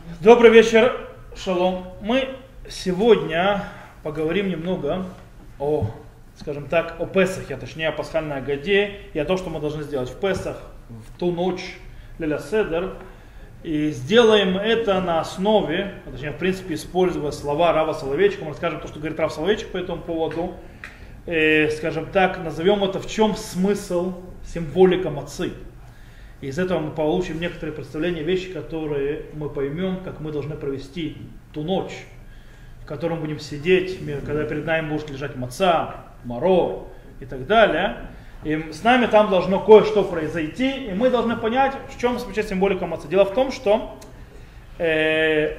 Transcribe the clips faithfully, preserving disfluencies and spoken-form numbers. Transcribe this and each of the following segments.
Добрый вечер, шалом. Мы сегодня поговорим немного о, скажем так, о Песахе, точнее о пасхальной Агаде и о том, что мы должны сделать в Песах, в ту ночь Леля Седер. И сделаем это на основе, точнее, в принципе, используя слова Рава Соловейчика. Мы расскажем то, что говорит Рав Соловейчик по этому поводу. И, скажем так, назовем это, в чем смысл, символика мацы. И из этого мы получим некоторые представления, вещи, которые мы поймем, как мы должны провести ту ночь, в которой мы будем сидеть, когда перед нами будет лежать маца, марор и так далее. И с нами там должно кое-что произойти, и мы должны понять, в чем заключается символика мацы. Дело в том, что э,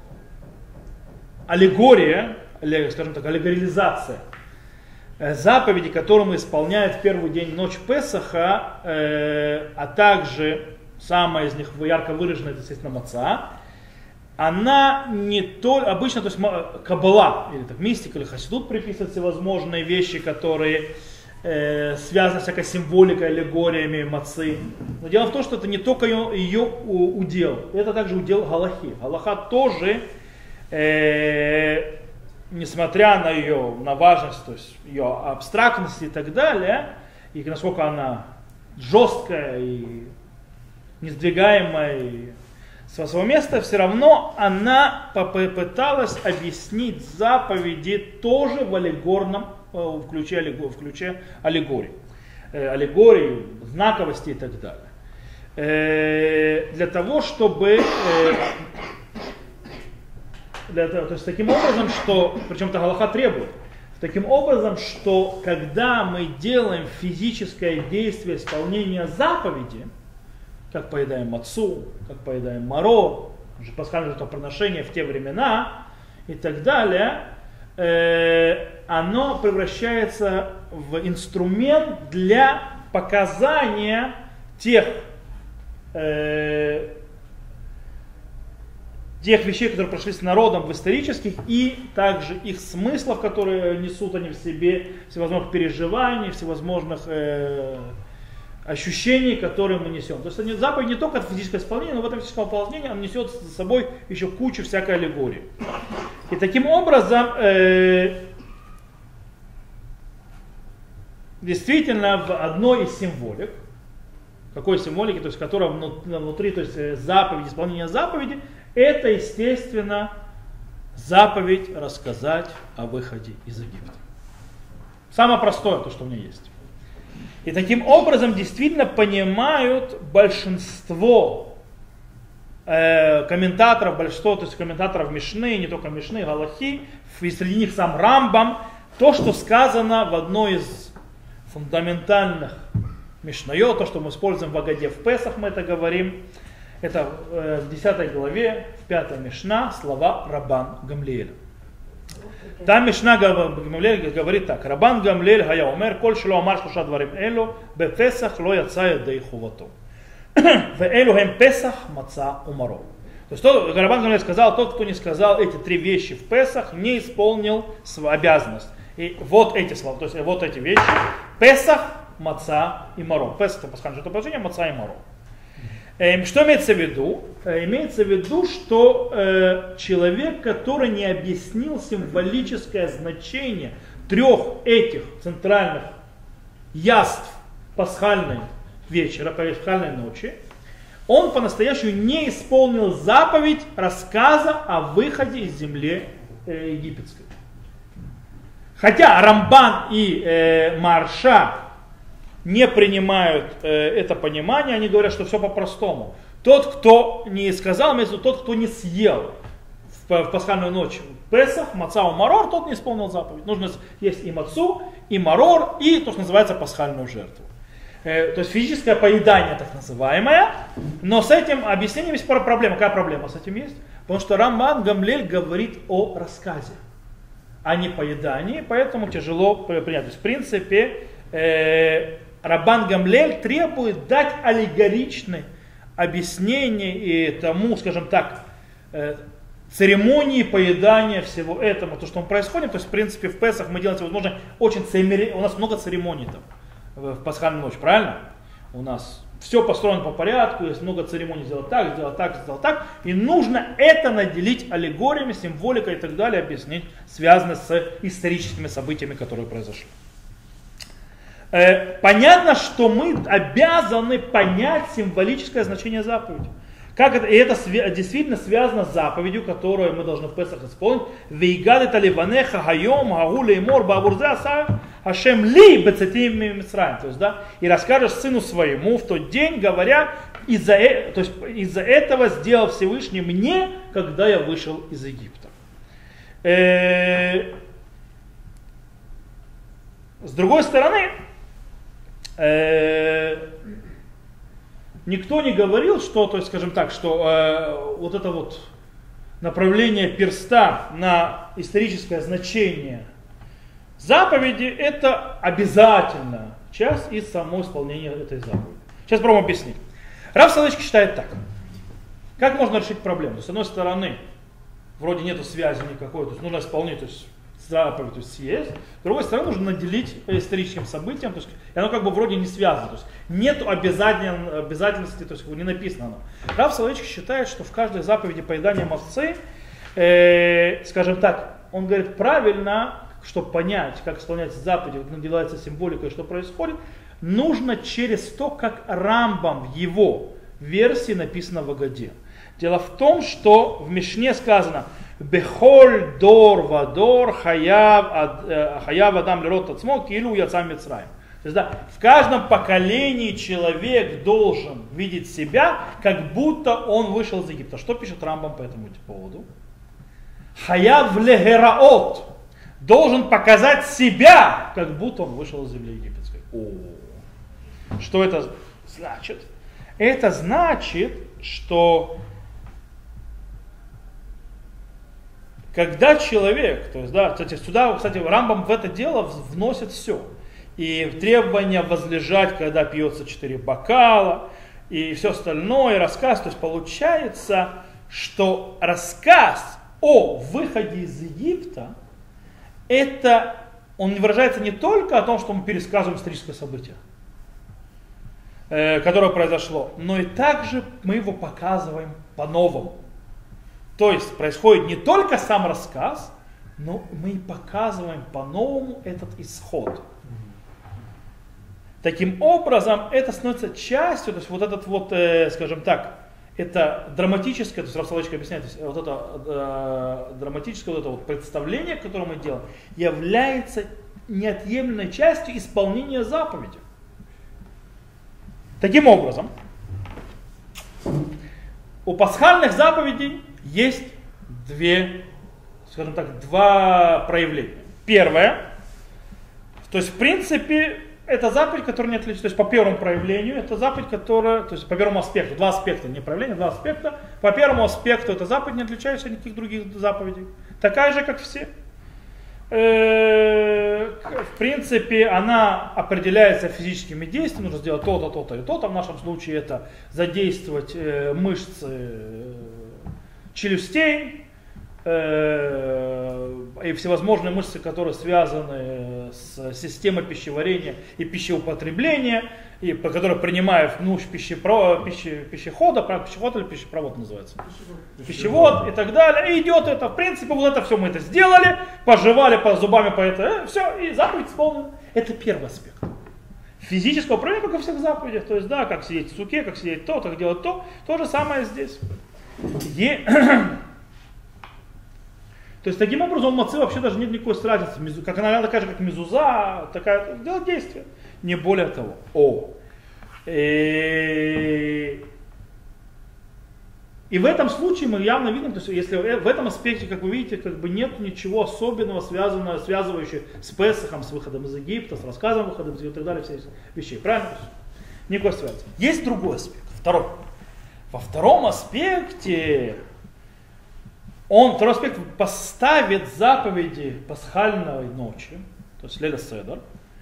аллегория, скажем так, аллегоризация заповеди, которые мы исполняем в первый день ночь Песаха, э, а также самая из них ярко выраженная, это, естественно, маца, она не только, обычно, то есть каббала, или так, мистика, или хасидут приписывают всевозможные вещи, которые э, связаны с всякой символикой, аллегориями мацы. Но дело в том, что это не только ее, ее удел, это также удел галахи. Галаха тоже, э, несмотря на ее, на важность, то есть ее абстрактность и так далее, и насколько она жесткая и несдвигаемая и со своего места, все равно она попыталась объяснить заповеди тоже в аллегорном, в ключе, в ключе аллегории, аллегории, знаковости и так далее. Для того, чтобы Для этого, то есть таким образом, что, причем это галаха требует, таким образом, что когда мы делаем физическое действие исполнения заповеди, как поедаем мацу, как поедаем маро, пасхальное жертвоприношение в те времена и так далее, э, оно превращается в инструмент для показания тех э, тех вещей, которые прошли с народом в исторических, и также их смыслов, которые несут они в себе, всевозможных переживаний, всевозможных э, ощущений, которые мы несем. То есть это заповедь не только от физического исполнения, но в этом физическом исполнении он несет за собой еще кучу всякой аллегории. И таким образом, э, действительно, в одной из символик, какой символики, то есть которая внутри, то есть заповедь, исполнение заповеди, это, естественно, заповедь рассказать о выходе из Египта. Самое простое, то, что у меня есть. И таким образом действительно понимают большинство э, комментаторов, большинство, то есть комментаторов Мишны, не только Мишны, Галахи, и среди них сам Рамбам, то, что сказано в одной из фундаментальных Мишнайот, то, что мы используем в Агаде в Песах, мы это говорим. Это в десятой главе, в пятой Мишна, слова Рабан Гамлиэля. Там Мишна говорит так. Рабан Гамлиэль гая омер, коль шело амар шлуша дварим элу, бепесах ло яца ядей хувато. Веэлу хем песах маца умаро. То есть тот, Рабан Гамлиэль сказал, тот, кто не сказал эти три вещи в Песах, не исполнил свою обязанность. И вот эти слова, то есть вот эти вещи. Песах, маца и маро. Песах это пасхальное жертвоприношение, маца и маро. Что имеется в виду? Имеется в виду, что э, человек, который не объяснил символическое значение трех этих центральных яств пасхальной вечера, пасхальной ночи, он по-настоящему не исполнил заповедь рассказа о выходе из земли э, египетской. Хотя Рамбан и э, Марша не принимают э, это понимание, они говорят, что все по-простому. Тот, кто не сказал, имеется в виду тот, кто не съел в, в пасхальную ночь Песах, маца и марор, тот не исполнил заповедь. Нужно есть и мацу, и марор, и то, что называется пасхальную жертву. Э, то есть физическое поедание, так называемое. Но с этим объяснением есть пара проблем. Какая проблема с этим есть? Потому что Рамбан Гамлиэль говорит о рассказе, а не поедании, поэтому тяжело принять. То есть в принципе э, Рабан Гамлиэль требует дать аллегоричное объяснение и тому, скажем так, церемонии поедания всего этого, то, что там происходит. То есть, в принципе, в Песах мы делаем возможно очень цемери... у нас много церемоний там в пасхальную ночь, правильно? У нас все построено по порядку, есть много церемоний, сделать так, сделать так, сделать так. И нужно это наделить аллегориями, символикой и так далее, объяснить, связано с историческими событиями, которые произошли. Э, понятно, что мы обязаны понять символическое значение заповеди. Как это, и это действительно связано с заповедью, которую мы должны в Песах исполнить. «Вейгадет аливанеха хайом гагу леймор баабурзе аса Ашем ли бецатим мицраим». То есть, да, и расскажешь сыну своему в тот день, говоря, из-за, то есть, из-за этого сделал Всевышний мне, когда я вышел из Египта. Э, с другой стороны, э, никто не говорил, что, то есть, скажем так, что э, вот это вот направление перста на историческое значение заповеди – это обязательная часть из самого исполнения этой заповеди. Сейчас попробуем объяснить. Рав Соловейчик считает так. Как можно решить проблему? С одной стороны, вроде нету связи никакой, то есть нужно исполнить, то есть заповедь, то есть съесть. С другой стороны, нужно наделить историческим событием, то есть и оно как бы вроде не связано, то есть нет обязательности, то есть не написано оно. Рав Соловейчик считает, что в каждой заповеди поедания овцы, э, скажем так, он говорит правильно, чтобы понять, как исполняется заповедь, как наделяется символика и что происходит, нужно через то, как Рамбам в его версии написано в Агаде. Дело в том, что в Мишне сказано «Бехоль дор вадор хаяв адам лерот ацмо килу яца мицраим». То есть, да, в каждом поколении человек должен видеть себя, как будто он вышел из Египта. Что пишет Рамбам по этому поводу? Хаяв легераот. Должен показать себя, как будто он вышел из земли египетской. О, что это значит? Это значит, что когда человек, то есть, да, кстати, сюда, кстати, Рамбам в это дело вносит все. И требования возлежать, когда пьется четыре бокала, и все остальное, и рассказ. То есть получается, что рассказ о выходе из Египта, это, он выражается не только о том, что мы пересказываем историческое событие, э, которое произошло, но и также мы его показываем по-новому. То есть происходит не только сам рассказ, но мы и показываем по-новому этот исход. Таким образом, это становится частью, то есть вот этот вот, э, скажем так, это драматическое, то есть Рав Соловейчик объясняет, то есть вот это э, драматическое вот это вот представление, которое мы делаем, является неотъемлемой частью исполнения заповеди. Таким образом, у пасхальных заповедей есть две, скажем так, два проявления. Первое, то есть в принципе, это заповедь, которая не отличается, то есть по первому проявлению, это заповедь, которая, то есть по первому аспекту, два аспекта, не проявление, два аспекта. По первому аспекту эта заповедь не отличается от никаких других заповедей. Такая же, как все. В принципе, она определяется физическими действиями, нужно сделать то-то, то-то и то-то. В нашем случае это задействовать мышцы челюстей, и всевозможные мышцы, которые связаны с системой пищеварения и пищеупотребления, и по которой принимают нужд пищепро, пищи, пищехода, пищеход или пищепровод называется, пищевод. пищевод и так далее. И идет это, в принципе, вот это все мы это сделали, пожевали по зубами по это, э, все, и заповедь исполнена. Это первый аспект. Физического управления, как и всех заповедях, то есть, да, как сидеть в суке, как сидеть то, как делать то, то же самое здесь. Е... То есть таким образом у мацы вообще даже нет никакой разницы, как она такая же, как мезуза, такая, делать действие, не более того. О. И... и в этом случае мы явно видим, то есть если в этом аспекте, как вы видите, как бы нет ничего особенного, связанного, связывающего с Песахом, с выходом из Египта, с рассказом выхода из Египта и так далее, все эти вещи, правильно? Никакой связи. Есть другой аспект, второй. Во втором аспекте он, второй аспект, поставит заповеди пасхальной ночи, то есть Леля Седер,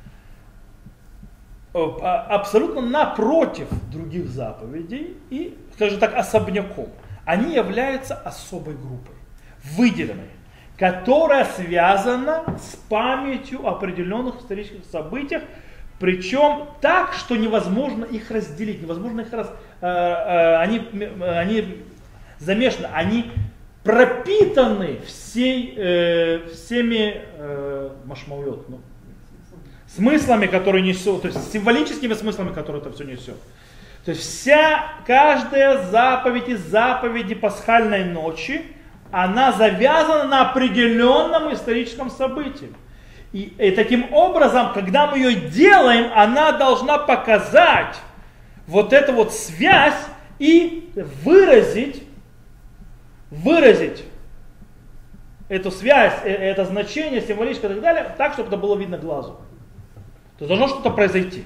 абсолютно напротив других заповедей и, скажем так, особняком. Они являются особой группой, выделенной, которая связана с памятью о определенных исторических событиях, Причем так, что невозможно их разделить, невозможно их раз... Э, э, они, они замешаны, они пропитаны всей, э, всеми э, машмауйот, ну, смыслами, которые несут, то есть символическими смыслами, которые это все несет. То есть вся, каждая заповедь из заповедей пасхальной ночи, она завязана на определенном историческом событии. И, и таким образом, когда мы ее делаем, она должна показать вот эту вот связь и выразить, выразить эту связь, это значение символическое и так далее, так, чтобы это было видно глазу. То есть должно что-то произойти.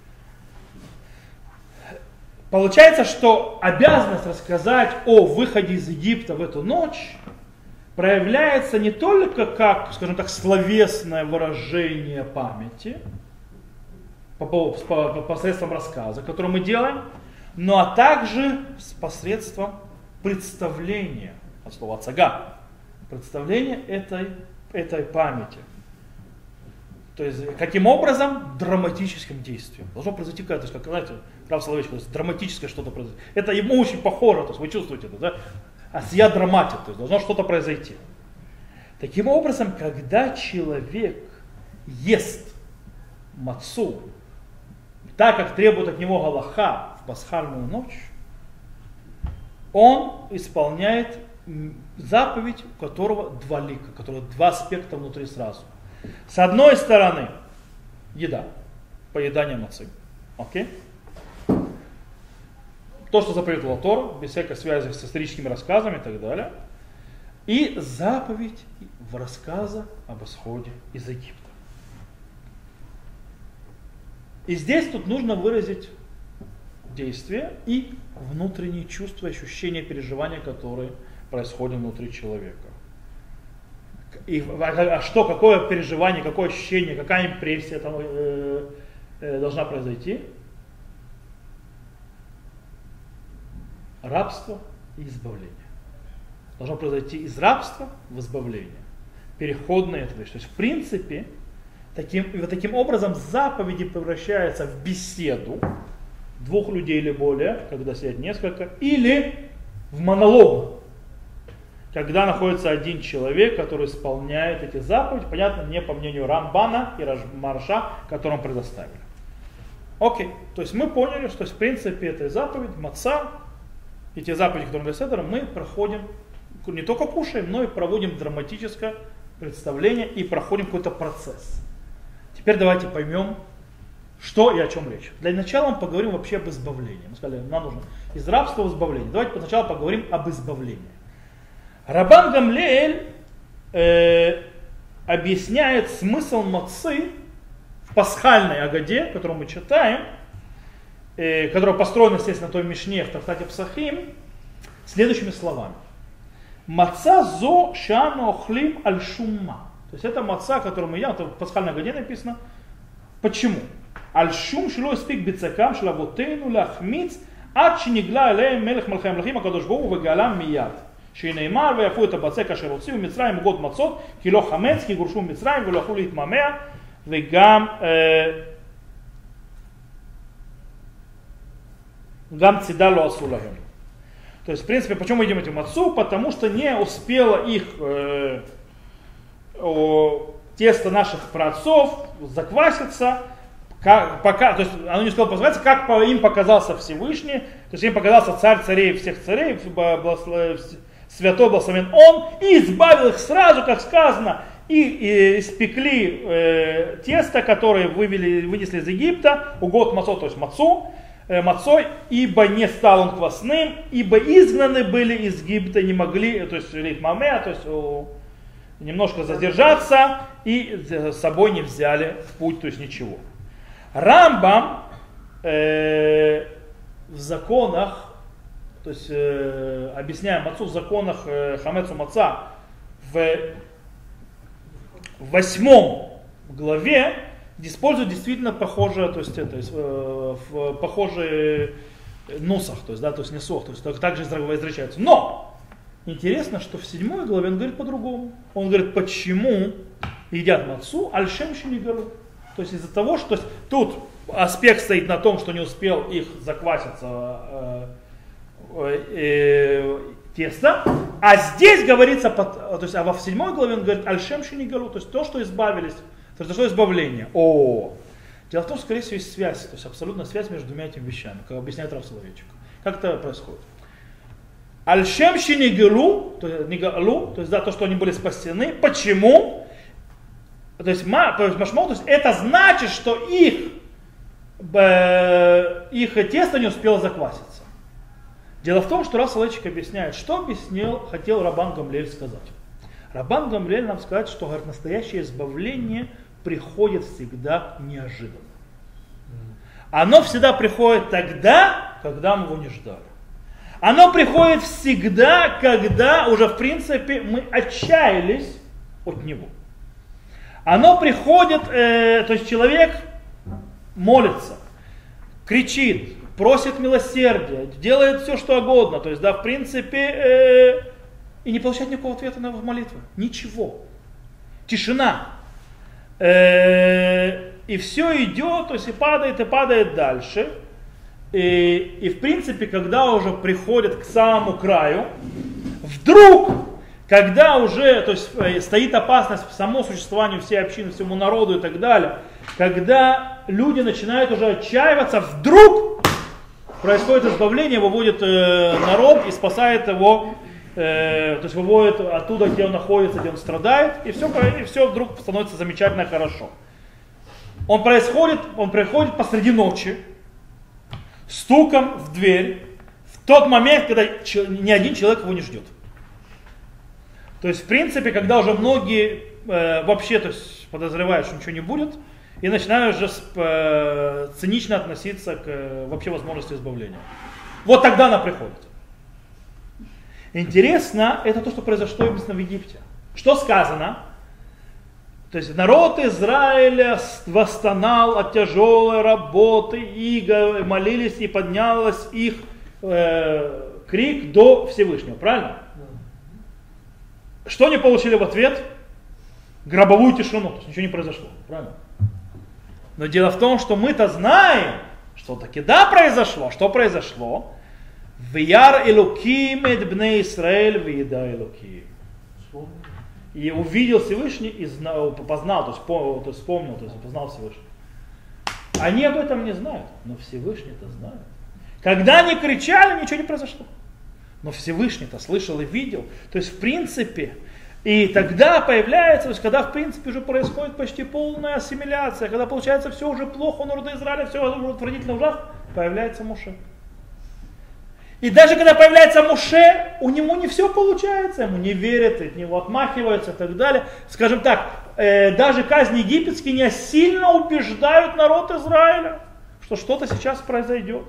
Получается, что обязанность рассказать о выходе из Египта в эту ночь проявляется не только как, скажем так, словесное выражение памяти посредством рассказа, который мы делаем, но а также посредством представления, от слова ацага, представления этой, этой памяти. То есть, каким образом? Драматическим действием. Должно произойти какое-то, как, знаете, Рав Соловейчик, то есть драматическое что-то произойти. Это ему очень похоже, то есть вы чувствуете это, да? Асия драматит, то есть должно что-то произойти. Таким образом, когда человек ест мацу, так как требует от него галаха в пасхальную ночь, он исполняет заповедь, у которого два лика, у которого два аспекта внутри сразу. С одной стороны, еда, поедание мацы. Окей? То, что заповедовал Тора, без всякой связи с историческими рассказами и так далее. И заповедь в рассказе об исходе из Египта. И здесь тут нужно выразить действие и внутренние чувства, ощущения, переживания, которые происходят внутри человека. И, а что, какое переживание, какое ощущение, какая импрессия там, э, э, должна произойти? Рабство и избавление. Должно произойти из рабства в избавление. Переходная эта вещь. То есть в принципе, таким, вот таким образом заповеди превращаются в беседу двух людей или более, когда сидят несколько, или в монолог, когда находится один человек, который исполняет эти заповеди, понятно, не по мнению Рамбана и Марша, которым предоставили. Окей, то есть мы поняли, что в принципе эта заповедь, маца, и те заповеди, которые мы седером, мы проходим, не только кушаем, но и проводим драматическое представление и проходим какой-то процесс. Теперь давайте поймем, что и о чем речь. Для начала мы поговорим вообще об избавлении. Мы сказали, нам нужно из рабства в избавление. Давайте сначала поговорим об избавлении. Рабан Гамлиэль э, объясняет смысл мацы в пасхальной агаде, которую мы читаем, э, которая построена, естественно, на той мишне в трактате Псахим, следующими словами. Маца зо шану охлим аль шумма. То есть это маца, которую мы едим, это в пасхальной агаде написано. Почему? Аль шум шило испик бицакам шлавотейну лахмиц ад шинигла элеем мелех мелхем лахим акадош боу вегалам мияд. שנאמר ויפו את הבצק אשר הוציאו ממצרים עוגות מצות כי לא חמץ כי גורשו ממצרים ולא יכלו להתממע וגם גם צידה לא עשו להם. То есть, в принципе, почему мы едим эти мацу? Потому что не успело их э, о, тесто наших праотцов закваситься, как, пока, то есть оно не успело позваться, как им показался Всевышний, то есть им показался царь царей всех царей, святой благословен он, и избавил их сразу, как сказано, и, и испекли э, тесто, которое вывели, вынесли из Египта, угод мацо, то есть мацу, э, мацой, ибо не стал он квасным, ибо изгнаны были из Египта, не могли, то есть литмаме, то есть о, немножко задержаться, и с собой не взяли в путь, то есть ничего. Рамбам э, в законах, то есть э, объясняем мацу в законах э, хамецу маца в, в восьмом главе, где используют действительно похожее, то есть это, э, в похожие нусах, то есть, да, то есть несох, то есть также изречается. Но интересно, что в седьмой главе он говорит по-другому. Он говорит, почему едят мацу аль-шем шенигалу. то есть из-за того, что то есть, тут аспект стоит на том, что не успел их закваситься э, э, э, тесто, а здесь говорится, то есть, а во седьмой главе он говорит аль-шем шенигалу, то есть то, что избавились, произошло избавление. О, дело в том, что, скорее всего, есть связь, то есть абсолютная связь между двумя этими вещами, как объясняет Рав Соловейчик. Как это происходит? Аль-шем шенигалу, то есть, то есть да, то, что они были спасены. Почему? То есть, машмол, то есть это значит, что их, э, их тесто не успело закваситься. Дело в том, что Рав Соловейчик объясняет, что объяснил, хотел Рабан Гамлиэль сказать. Рабан Гамлиэль нам сказать, что говорит, настоящее избавление приходит всегда неожиданно. Оно всегда приходит тогда, когда мы его не ждали. Оно приходит всегда, когда уже в принципе мы отчаялись от него. Оно приходит, э, то есть человек молится, кричит, просит милосердия, делает все, что угодно, то есть, да, в принципе, э, и не получает никакого ответа на его молитву. Ничего. Тишина. Э, и все идет, то есть и падает, и падает дальше. И, и в принципе, когда уже приходит к самому краю, вдруг, когда уже то есть, стоит опасность в само существованию всей общины, всему народу и так далее, когда люди начинают уже отчаиваться, вдруг происходит избавление, выводит э, народ и спасает его, э, то есть выводит оттуда, где он находится, где он страдает, и все, и все вдруг становится замечательно хорошо. Он происходит, он приходит посреди ночи, стуком в дверь, в тот момент, когда ни один человек его не ждет. То есть, в принципе, когда уже многие э, вообще то есть, подозревают, что ничего не будет, и начинают уже э, цинично относиться к э, вообще возможности избавления. Вот тогда она приходит. Интересно, это то, что произошло именно в Египте. Что сказано? То есть народ Израиля восстонал от тяжелой работы, и молились, и поднялся их э, крик до Всевышнего, правильно? Что они получили в ответ? Гробовую тишину, то есть ничего не произошло, правильно? Но дело в том, что мы-то знаем, что таки да произошло. Что произошло? Вияр Элоким эд бней Исраэль вияда Элоким. И увидел Всевышний и знал, познал, то есть, то есть вспомнил, то есть познал Всевышний. Они об этом не знают, но Всевышний-то знает. Когда они кричали, ничего не произошло. Но Всевышний-то слышал и видел. То есть в принципе, и тогда появляется, то есть когда в принципе уже происходит почти полная ассимиляция, когда получается все уже плохо у народа Израиля, все уже отвратительно ужасно, появляется Моше. И даже когда появляется Моше, у него не все получается, ему не верят, от него отмахиваются и так далее. Скажем так, э, даже казни египетские не сильно убеждают народ Израиля, что что-то сейчас произойдет.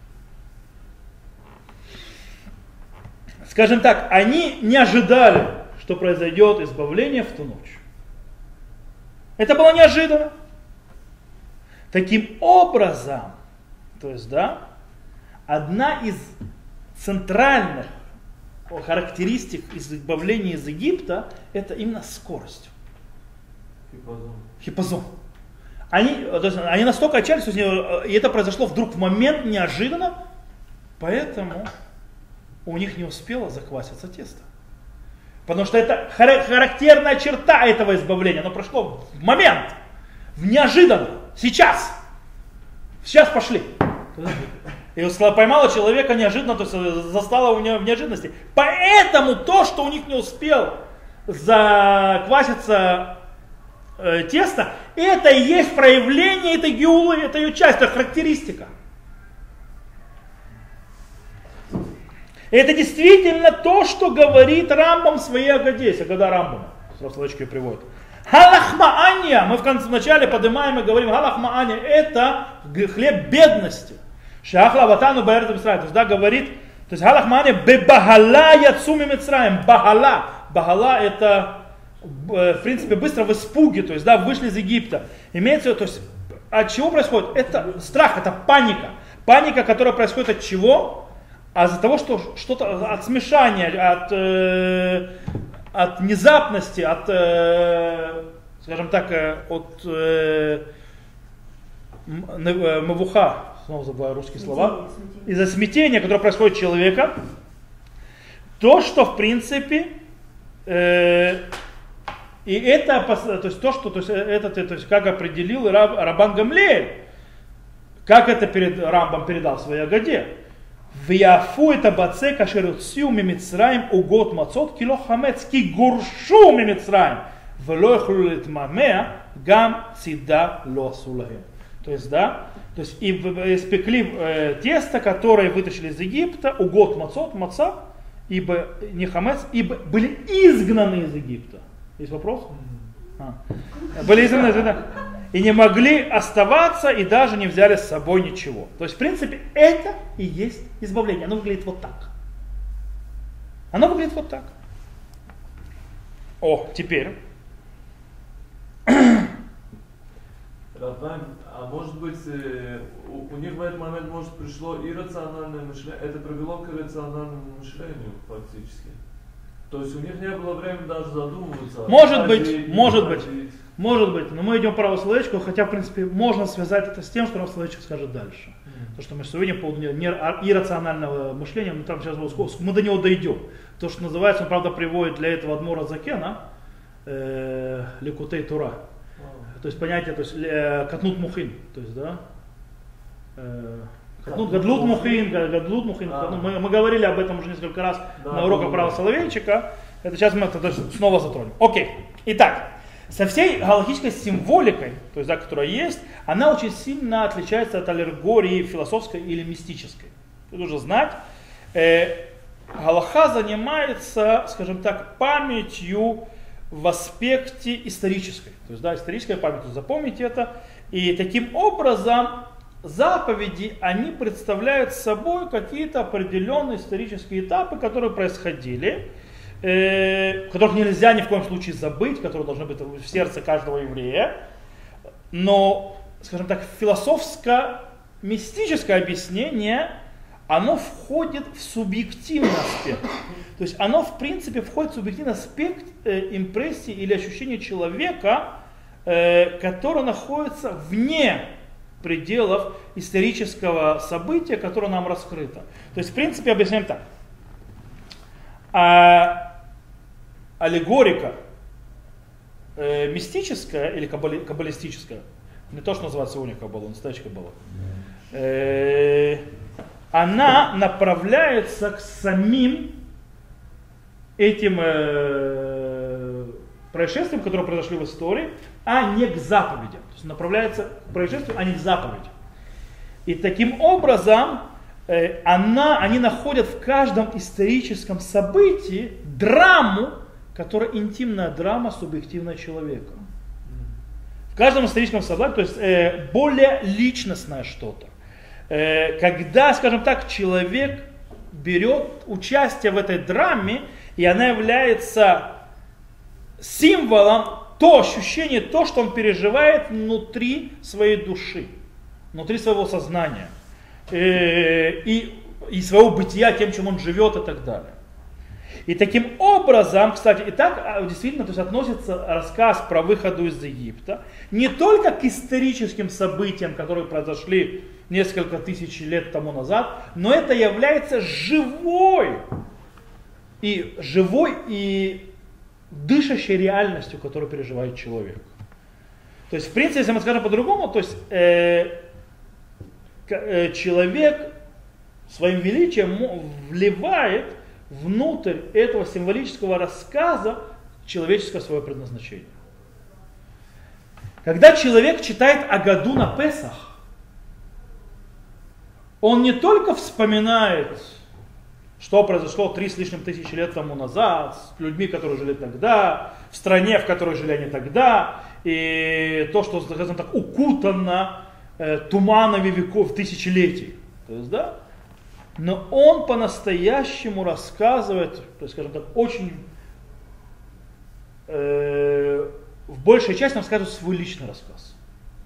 Скажем так, они не ожидали, что произойдет избавление в ту ночь. Это было неожиданно. Таким образом, то есть, да, одна из центральных характеристик избавления из Египта это именно скорость. Хипазон. Хипазон. Они, то есть, они настолько отчаялись, и это произошло вдруг в момент неожиданно, поэтому у них не успело закваситься тесто. Потому что это характерная черта этого избавления. Оно прошло в момент, в неожиданно, сейчас. Сейчас пошли. И поймала человека неожиданно, то есть застала его в неожиданности. Поэтому то, что у них не успел закваситься э, тесто, это и есть проявление этой геулы, это ее часть, это характеристика. Это действительно то, что говорит Рамбам в своей Агадесе, когда Рамбам, словочки приводит. Галахмаанья, мы в конце, в начале поднимаем и говорим, галахмаанья, это хлеб бедности. Шахла ватану баэрт Мицраим, то есть, да, говорит, то есть, галахмаанья, бебахала яцуми Мицраим, бахала, бахала это, в принципе, быстро в испуге, то есть, да, вышли из Египта. Имеется, то есть, от чего происходит? Это страх, это паника. Паника, которая происходит от чего? А из-за того, что что-то от смешания, от, э, от внезапности, от, э, скажем так, от э, мавуха, снова забываю русские слова, из-за смятения, которое происходит у человека, то, что в принципе, э, и это, то есть то, что, то есть, это, то есть, как определил Раб, Рабан Гамлиэль, как это перед Рамбом передал в своей Агаде. Вяфу это баце кашерутсиу мимицраим угот мацот кило хамец ки гуршу мимицраим вело ихлулит мамеа гам цида ло асулахем. То есть, да, то есть и испекли э, тесто, которое вытащили из Египта, угот мацот, маца, ибо не хамец, ибо были изгнаны из Египта. Есть вопрос? А. Были изгнаны из Египта. И не могли оставаться, и даже не взяли с собой ничего. То есть, в принципе, это и есть избавление. Оно выглядит вот так. Оно выглядит вот так. О, теперь. Раван, а может быть, у, у них в этот момент, может, пришло иррациональное мышление, это привело к иррациональному мышлению, фактически. То есть у них не было времени даже задумываться. Может быть, может быть. Может быть, но мы идем по правословечку, хотя, в принципе, можно связать это с тем, что правословечек скажет дальше. Mm-hmm. То, что мы сегодня по поводу иррационального мышления, мы, там сейчас, мы до него дойдем. То, что называется, он, правда, приводит для этого Адмора Закена, э, Лекутей Тура. Oh. То есть понятие, то есть э, Катнут Мухин. То есть, да, э, Катнут, Гадлут Мухин, Гадлут Мухин. Ah. Мы, мы говорили об этом уже несколько раз да, на уроках правословечика. Это сейчас мы это снова затронем. Окей. Итак. Со всей галактической символикой, то есть, да, которая есть, она очень сильно отличается от аллегории философской или мистической. Нужно знать, э, галаха занимается, скажем так, памятью в аспекте исторической. То есть, да, историческая память, запомните это. И таким образом заповеди, они представляют собой какие-то определенные исторические этапы, которые происходили, которых нельзя ни в коем случае забыть, которые должны быть в сердце каждого еврея. Но, скажем так, философско-мистическое объяснение, оно входит в субъективный аспект. То есть оно, в принципе, входит в субъективный аспект э, импрессии или ощущения человека, э, который находится вне пределов исторического события, которое нам раскрыто. То есть, в принципе, объясняем так. А аллегорика э, мистическая или кабали, каббалистическая, не то, что называется сегодня каббала, настоящая каббала, э, она направляется к самим этим э, происшествиям, которые произошли в истории, а не к заповедям. То есть направляется к происшествию, а не к заповедям. И таким образом э, она, они находят в каждом историческом событии драму, которая интимная драма субъективная человека. В каждом историческом событии, то есть э, более личностное что-то. Э, когда, скажем так, человек берет участие в этой драме, и она является символом то ощущение, то, что он переживает внутри своей души, внутри своего сознания э, и, и своего бытия, тем, чем он живет и так далее. И таким образом, кстати, и так действительно то есть, относится рассказ про выход из Египта не только к историческим событиям, которые произошли несколько тысяч лет тому назад, но это является живой и живой и дышащей реальностью, которую переживает человек. То есть, в принципе, если мы скажем по-другому, то есть э, э, человек своим величием вливает внутрь этого символического рассказа человеческое свое предназначение. Когда человек читает Агаду на Песах, он не только вспоминает, что произошло три с лишним тысячи лет тому назад, с людьми, которые жили тогда, в стране, в которой жили они тогда, и то, что, скажем так, укутано э, туманами веков, тысячелетий. То есть, да? Но он по-настоящему рассказывает, то есть, скажем так, очень, э, в большей части он скажет свой личный рассказ.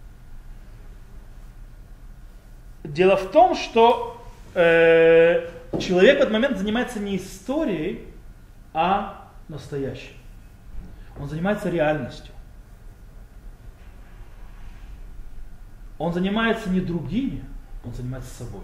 Дело в том, что э, человек в этот момент занимается не историей, а настоящим. Он занимается реальностью. он занимается не другими, он занимается собой.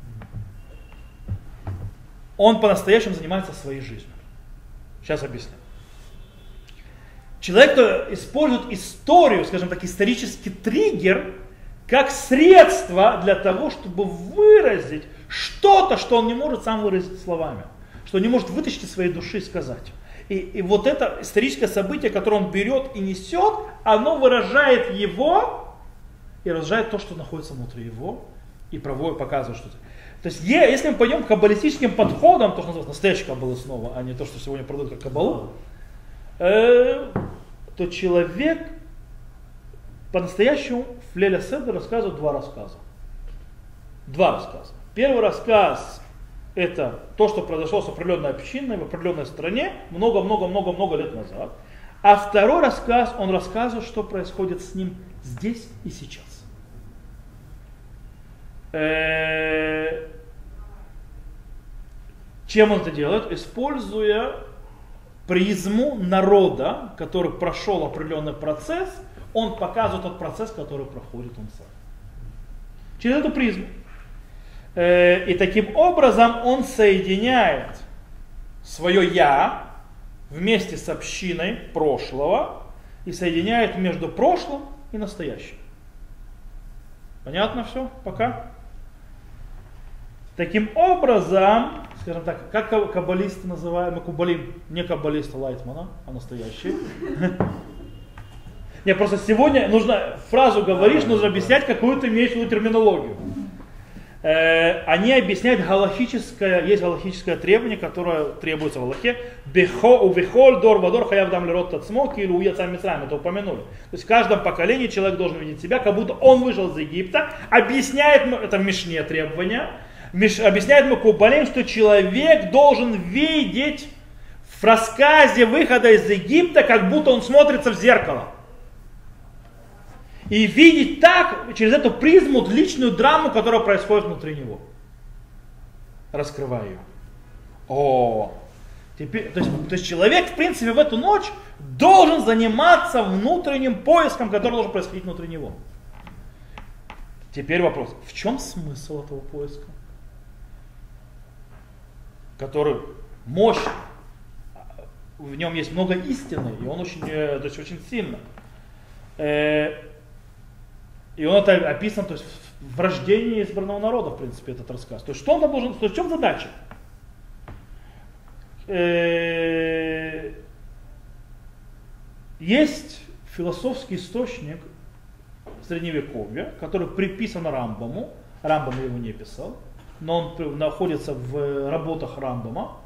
Он по-настоящему занимается своей жизнью. Сейчас объясню. Человек, кто использует историю, скажем так, исторический триггер, как средство для того, чтобы выразить что-то, что он не может сам выразить словами, что он не может вытащить из своей души и сказать. И, и вот это историческое событие, которое он берет и несет, оно выражает его и выражает то, что находится внутри его, и проводит, показывает что-то. То есть, если мы пойдем к каббалистическим подходам, то, что называется настоящая каббала снова, а не то, что сегодня продают как каббалу, э, то человек по-настоящему в Лейль седер рассказывает два рассказа. Два рассказа. Первый рассказ — это то, что произошло с определенной общиной в определенной стране много-много-много-много лет назад. А второй рассказ, он рассказывает, что происходит с ним здесь и сейчас. Чем он это делает? Используя призму народа, который прошел определенный процесс, он показывает тот процесс, который проходит он сам. Через эту призму. И таким образом он соединяет свое «я» вместе с общиной прошлого и соединяет между прошлым и настоящим. Понятно все? Пока? Таким образом, скажем так, как каббалисты называем, мы каббалим, не каббалисты Лайтмана, а настоящие. Не, просто сегодня нужно, фразу говоришь, нужно объяснять какую-то имеешь в виду терминологию. Они объясняют галахическое, есть галахическое требование, которое требуется в Аллахе. Увихоль дор вадор хаяв дам лерот тацмок или уяцам мицраим, это упомянули. То есть в каждом поколении человек должен видеть себя, как будто он вышел из Египта. Объясняет, это в Мишне требования, объясняет Мекубалим, что человек должен видеть в рассказе выхода из Египта, как будто он смотрится в зеркало. И видеть так, через эту призму, личную драму, которая происходит внутри него. Раскрываю ее. О, теперь, то, есть, то есть человек, в принципе, в эту ночь должен заниматься внутренним поиском, который должен происходить внутри него. Теперь вопрос, в чем смысл этого поиска? Который мощный, в нем есть много истины, и он очень, то есть, очень сильно. И он это описан, то есть, в рождении избранного народа, в принципе, этот рассказ. То есть, что он там должен, то есть, в чем задача? Есть философский источник Средневековья, который приписан Рамбаму. Рамбам его не писал, но он находится в работах Рамбама,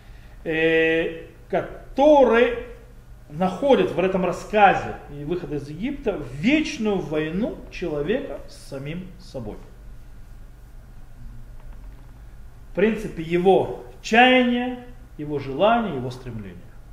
который находит в этом рассказе и выхода из Египта вечную войну человека с самим собой. В принципе, его чаяние, его желание, его стремление.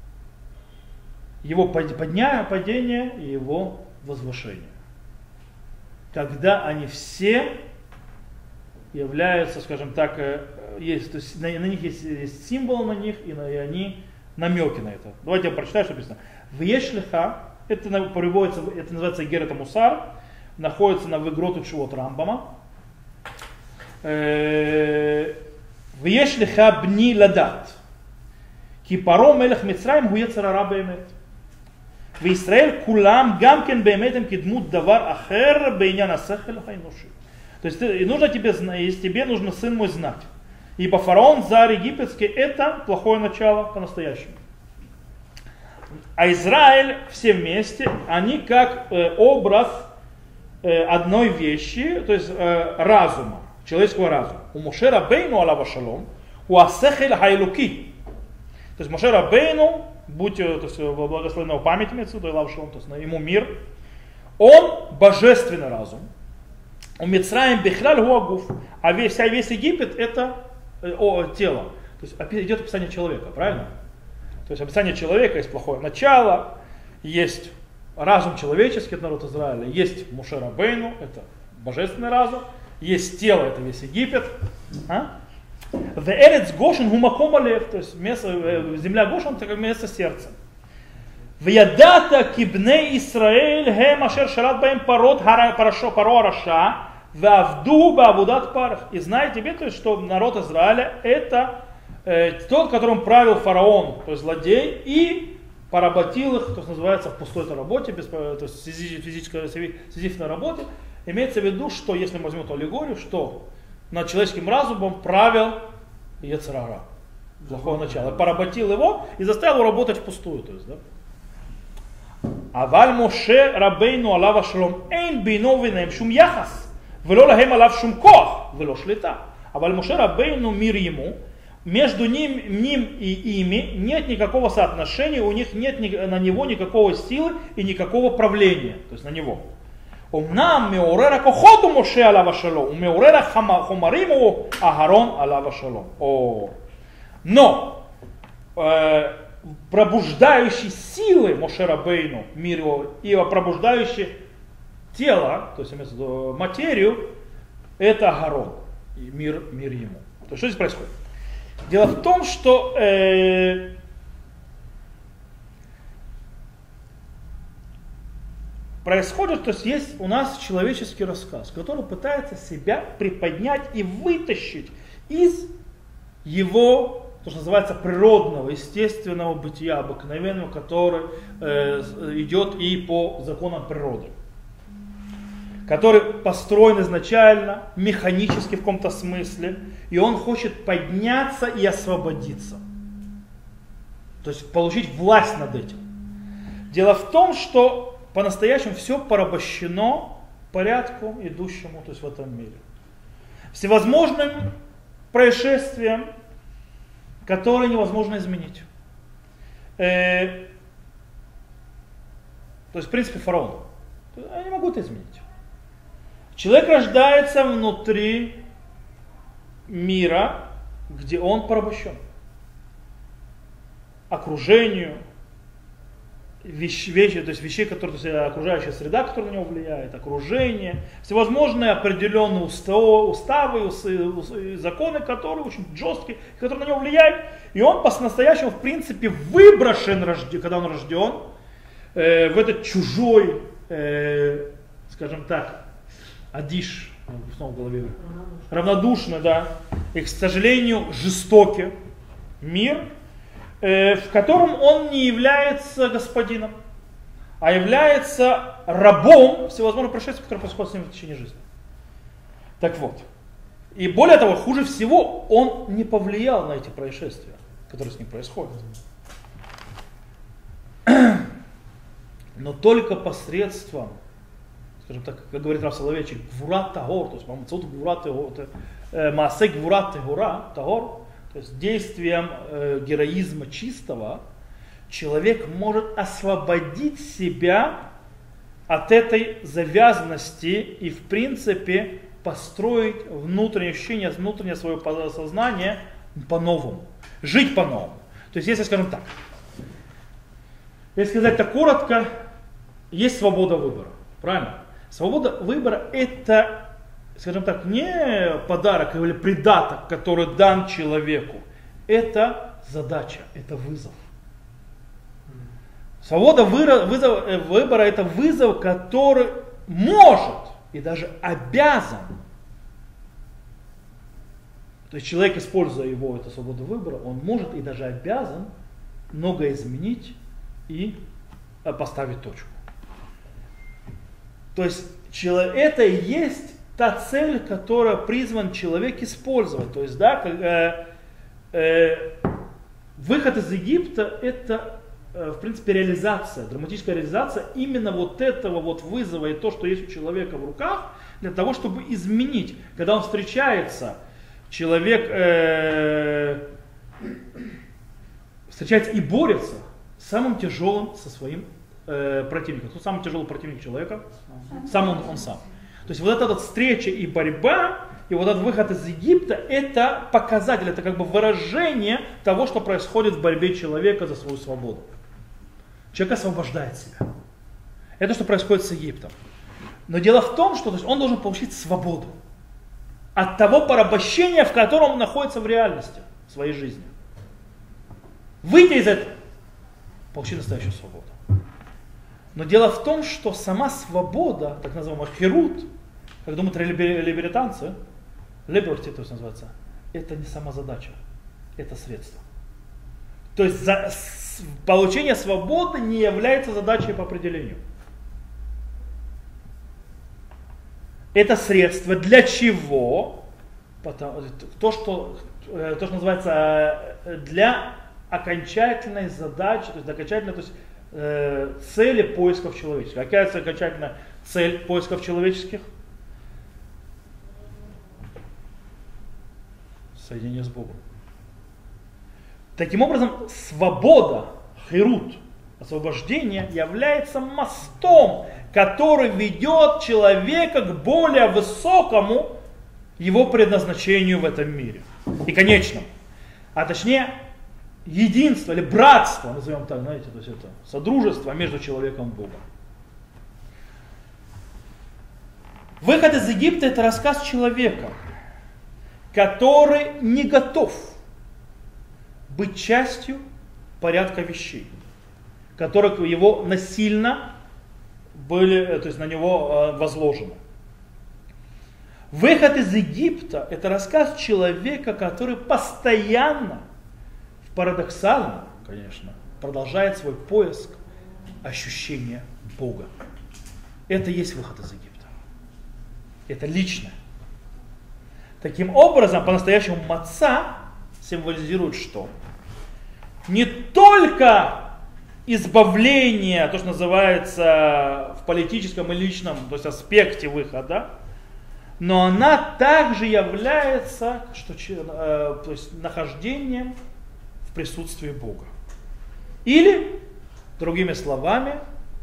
Его подня, падение и его возвышение. Когда они все являются, скажем так, есть, то есть на, на них есть, есть символ на них, и, на, и они намеки на это. Давайте я прочитаю, что написано. В Ешлиха, это переводится, это называется Герет Мусар, находится на Вегроту Чувот Рамбама. В Ешлиха бни ладат. Кипаро мелех Мицраим гу ецер ара беэмет. В Израиль кулам гамкен беэметем кидмут давар ахер бейнян асехел хайнуши. То есть нужно тебе, если тебе нужно, сын мой, знать. Ибо фараон, царь египетский, это плохое начало по-настоящему. А Израиль все вместе, они как э, образ э, одной вещи, то есть э, разума, человеческого разума. У Моше Рабейну алава шалом, у асехель хайлуки. То есть Моше Рабейну, будь то есть, благословенного памяти, имеется в виду, алава шалом, то есть ему мир, он божественный разум. У Мицраим бихлаль гуагуф, а весь, вся весь Египет это о, тело. То есть идет описание человека, правильно? То есть описание человека, есть плохое начало, есть разум человеческий, это народ Израиля, есть Моше Рабейну, это божественный разум, есть тело, это весь Египет. А? The Eretz Goshen Humаком Алев, то есть место, земля Гошен, это как место сердца. В'ядата кибне Исраэль хем ашер шарат баем парот паро раша вавду бавудат парах. И знай тебе, то есть, что народ Израиля это э, тот, которым правил фараон, то есть злодей, и поработил их, то есть называется в пустой работе, без, то есть физической, физической работе. Имеется в виду, что если мы возьмем эту аллегорию, что над человеческим разумом правил Йецер ара, плохого начала, поработил его и заставил его работать впустую. То есть, да? אבל משה רבינו עליו השלום אין בינו וביניהם שום יחס ולא להם עליו שום כוח ולא שליטה. אבל משה רבינו мир ему, между ним, ним и ими нет никакого соотношения, у них нет ни, на него никакой силы и никакого правления, то есть на него. אמנם מעורר הכוחות הוא משה עליו השלום ומעורר החומרים הוא אהרון עליו השלום. Но э, пробуждающий силы Моше Рабейну, мир его, и пробуждающий тело, то есть материю, это Агарон, и мир, мир ему. То есть что здесь происходит? Дело в том, что э, происходит, то есть есть у нас человеческий рассказ, который пытается себя приподнять и вытащить из его, то, что называется, природного, естественного бытия, обыкновенного, который э, идет и по законам природы, который построен изначально, механически в каком-то смысле, и он хочет подняться и освободиться. То есть получить власть над этим. Дело в том, что по-настоящему все порабощено порядку, идущему, то есть в этом мире. Всевозможным происшествиям, которые невозможно изменить. Э, то есть, в принципе, фараон. Я не могу это изменить. Человек рождается внутри мира, где он порабощен. Окружению, вещи, вещи, то есть вещей, которые, то есть окружающая среда, которая на него влияет, окружение, всевозможные определенные уставы, уставы законы, которые очень жесткие, которые на него влияют. И он по-настоящему, в принципе, выброшен, когда он рожден, э, в этот чужой, э, скажем так, адиш, снова в голове, равнодушный, да, и, к сожалению, жестокий мир, в котором он не является господином, а является рабом всевозможных происшествий, которые происходят с ним в течение жизни. Так вот. И более того, хуже всего, он не повлиял на эти происшествия, которые с ним происходят. Но только посредством, скажем так, как говорит Рав Соловейчик, гвурат тагор, то есть мамцут гвурат тагор, маасе гвурат тагор, то есть действием э, героизма чистого, человек может освободить себя от этой завязанности и, в принципе, построить внутреннее ощущение, внутреннее свое сознание по-новому, жить по-новому. То есть, если, скажем так, если сказать так коротко, есть свобода выбора, правильно? Свобода выбора – это, скажем так, не подарок или придаток, который дан человеку. Это задача, это вызов. Свобода выбора – это вызов, который может и даже обязан. То есть человек, используя его, эту свободу выбора, он может и даже обязан многое изменить и поставить точку. То есть это и есть та цель, которая призван человек использовать. То есть, да, э, э, выход из Египта – это, э, в принципе, реализация, драматическая реализация именно вот этого вот вызова и то, что есть у человека в руках, для того, чтобы изменить. Когда он встречается, человек э, встречается и борется с самым тяжелым со своим э, противником. Кто самый тяжелый противник человека? Сам он, он сам. То есть вот эта вот встреча и борьба, и вот этот выход из Египта, это показатель, это как бы выражение того, что происходит в борьбе человека за свою свободу. Человек освобождает себя. Это что происходит с Египтом. Но дело в том, что то есть, он должен получить свободу от того порабощения, в котором он находится в реальности, в своей жизни. Выйти из этого. получить настоящую свободу. Но дело в том, что сама свобода, так называемая херут, как думают либертанцы, liberty, то есть называется, это не сама задача, это средство. То есть за, с, получение свободы не является задачей по определению. Это средство для чего? Потому, то, что, то, что называется для окончательной задачи, то есть окончательной, то есть, э, цели поисков человеческих. Какая окончательная цель поисков человеческих? Соединение с Богом. Таким образом, свобода, хирут, освобождение, является мостом, который ведет человека к более высокому его предназначению в этом мире. И конечному. А точнее, единство или братство, назовем так, знаете, то есть это содружество между человеком и Богом. Выход из Египта — это рассказ человека, который не готов быть частью порядка вещей, которые его насильно были, то есть на него возложены. Выход из Египта — это рассказ человека, который постоянно, парадоксально, конечно, продолжает свой поиск ощущения Бога. Это и есть выход из Египта. Это личное. Таким образом, по-настоящему маца символизирует что? Не только избавление, то, что называется в политическом и личном, то есть аспекте выхода, но она также является что, э, то есть нахождением в присутствии Бога. Или, другими словами,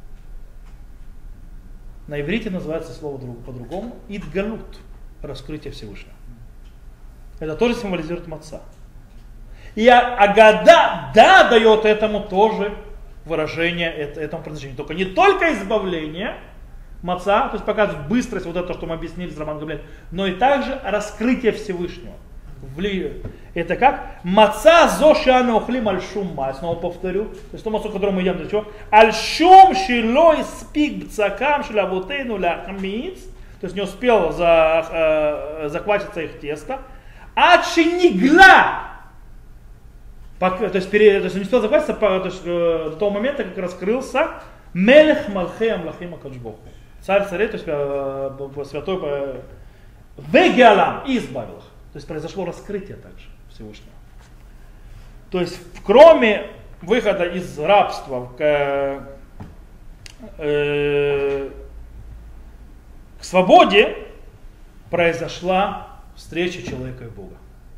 на иврите называется слово по-другому, идгалут, раскрытие Всевышнего. Это тоже символизирует маца. И Агада, да, дает этому тоже выражение, этому предназначению. Только не только избавление, маца, то есть показывает быстрость, вот это, что мы объяснили с Романом Гамлиэлем, но и также раскрытие Всевышнего. Это как? Маца зошиана ухлим альшум ма. Снова повторю. То есть то маца, которое мы едим для чего? Альшум шилой спик бцакам шилавутейну ляхмиц. То есть не успел за, э, захватиться их тесто. Ачинигла. То есть, пере, то есть не успел захватиться по, то есть, э, до того момента, как раскрылся Мелех Малхей Амлахим Акадош Барух Ху. Царь царей, то есть э, святой э, Вегиалам, и избавил их. То есть произошло раскрытие также Всевышнего. То есть кроме выхода из рабства к, э, к свободе, произошла встреча человека и Бога.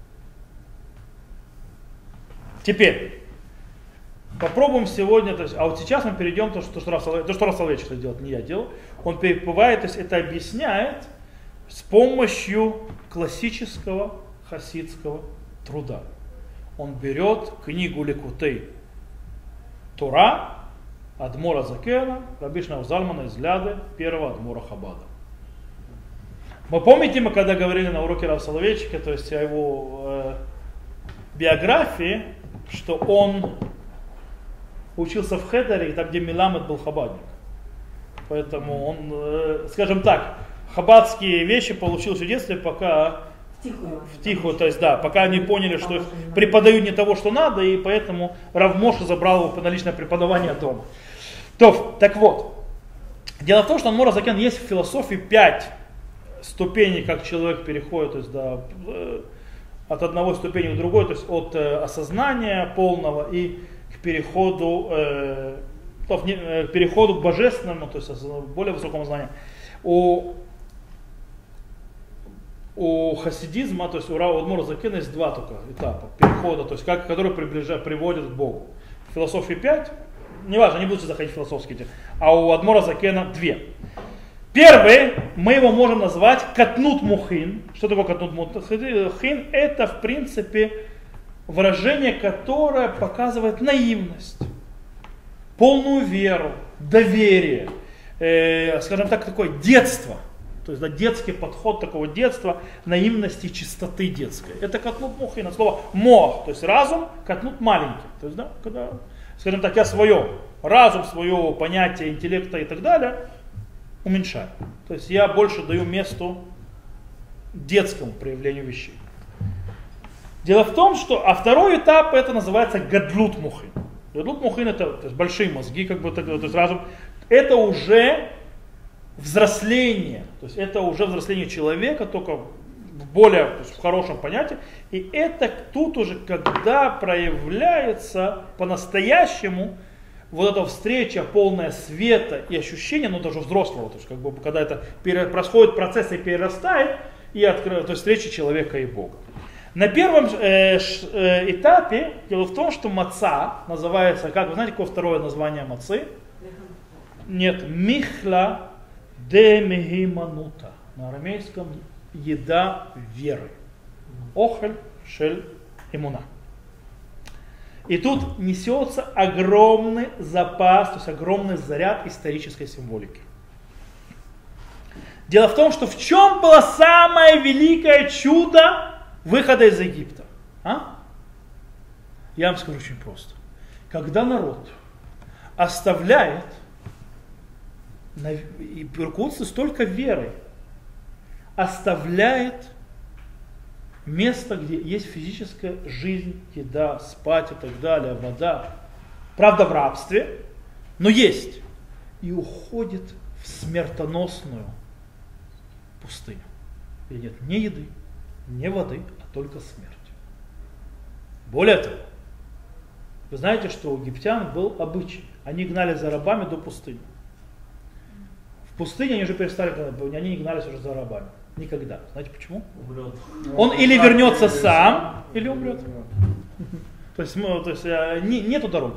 Теперь попробуем сегодня, то есть, а вот сейчас мы перейдем то, что, то, что Рав Соловейчик делает, не я делал. Он перебывает, то есть это объясняет с помощью классического хасидского труда. Он берет книгу Ликутей Тора Адмора Закена, Раби Шнeur Залмана из Ляды, первого Адмора Хабада. Вы помните, мы когда говорили на уроке Рава Соловейчика, то есть о его э, биографии, что он учился в Хедере, там где Миламед был хабадник. Поэтому он, э, скажем так, хаббатские вещи получил еще в детстве, пока Тихую. в тихую, то есть да, пока они поняли, что их преподают не того, что надо, и поэтому Рав Моше забрал его на личное преподавание дома. То, так вот, дело в том, что Адмор Закен есть в философии пять ступеней, как человек переходит, то есть да, от одного ступени к другой, то есть от э, осознания полного и к переходу, э, то, э, к переходу к божественному, то есть более высокому знанию. У, у хасидизма, то есть у Рава Адмора Закена есть два только этапа перехода, то есть как, которые приближают, приводят к Богу. В философии пять, неважно, не буду заходить в философские темы, а у Адмора Закена две. Первый, мы его можем назвать катнут мухин. Что такое катнут мухин? Это, в принципе, выражение, которое показывает наивность, полную веру, доверие, э, скажем так, такое детство. То есть да, детский подход такого детства, наивности и чистоты детской. Это катнут мухин, от слова мох, то есть разум, катнут маленький. То есть, да, когда скажем так, я свое, разум, свое понятие интеллекта и так далее уменьшаю. То есть я больше даю месту детскому проявлению вещей. Дело в том, что, а второй этап это называется гадлут мухин. Гадлут мухин это то есть большие мозги, как бы так, то есть разум. Это уже взросление, то есть это уже взросление человека, только в более, то есть в хорошем понятии. И это тут уже, когда проявляется по-настоящему вот эта встреча, полная света и ощущения, ну даже взрослого, то есть как бы когда это происходит процесс и перерастает, и открывает, то есть встреча человека и Бога. На первом э, ш, э, этапе дело в том, что маца называется, как вы знаете, какое второе название мацы? Нет, михла де мегиманута. На арамейском еда веры. Охель шель имуна. И тут несется огромный запас, то есть огромный заряд исторической символики. Дело в том, что в чем было самое великое чудо выхода из Египта? А? Я вам скажу очень просто. Когда народ оставляет, и руководствуется столько верой, оставляет место, где есть физическая жизнь, еда, спать и так далее, вода. Правда, в рабстве, но есть. И уходит в смертоносную пустыню. И нет ни еды, ни воды, а только смерть. Более того, вы знаете, что у египтян был обычай. Они гнали за рабами до пустыни. В пустыне они уже перестали, они не гнались уже за рабами. Никогда. Знаете почему? Умрет. Он или вернется сам, или умрет. То есть, то есть не, нету дороги.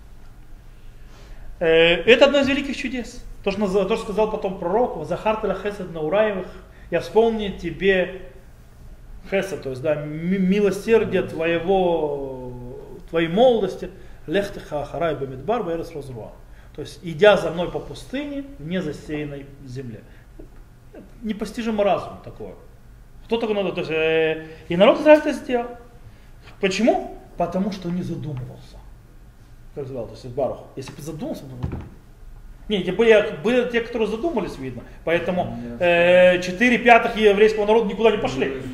Это одно из великих чудес. То, что, то, что сказал потом пророк, Захар теля хесед на ураевых, я вспомню тебе хесед, то есть да, милосердие твоего, твоей молодости, лехтеха ахарай бамидбар баэрес розруа. То есть, идя за мной по пустыне, в незасеянной земле. Непостижимо разум такое. Кто такой надо? То есть, э, и народ Израиля это сделал. Почему? Потому что не задумывался. Как сказал, то есть Барух. Если бы задумался, то... Не, были, были те, которые задумались, видно. Поэтому э, четыре пятых еврейского народа никуда не пошли.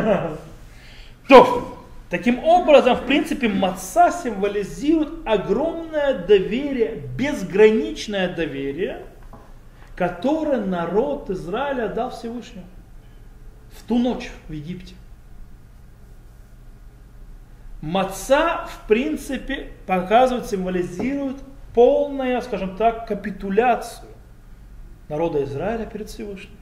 То, таким образом, в принципе, маца символизирует огромное доверие, безграничное доверие, которое народ Израиля дал Всевышнему в ту ночь в Египте. Маца, в принципе, показывает, символизирует полную, скажем так, капитуляцию народа Израиля перед Всевышним.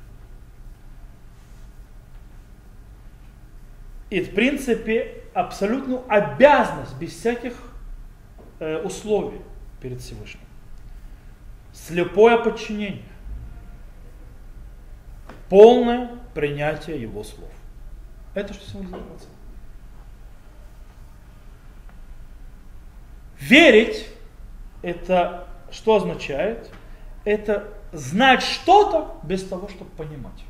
И, в принципе, абсолютную обязанность, без всяких э, условий перед Всевышним. Слепое подчинение. Полное принятие его слов. Это что символизирует маца. Верить, это что означает? Это знать что-то без того, чтобы понимать.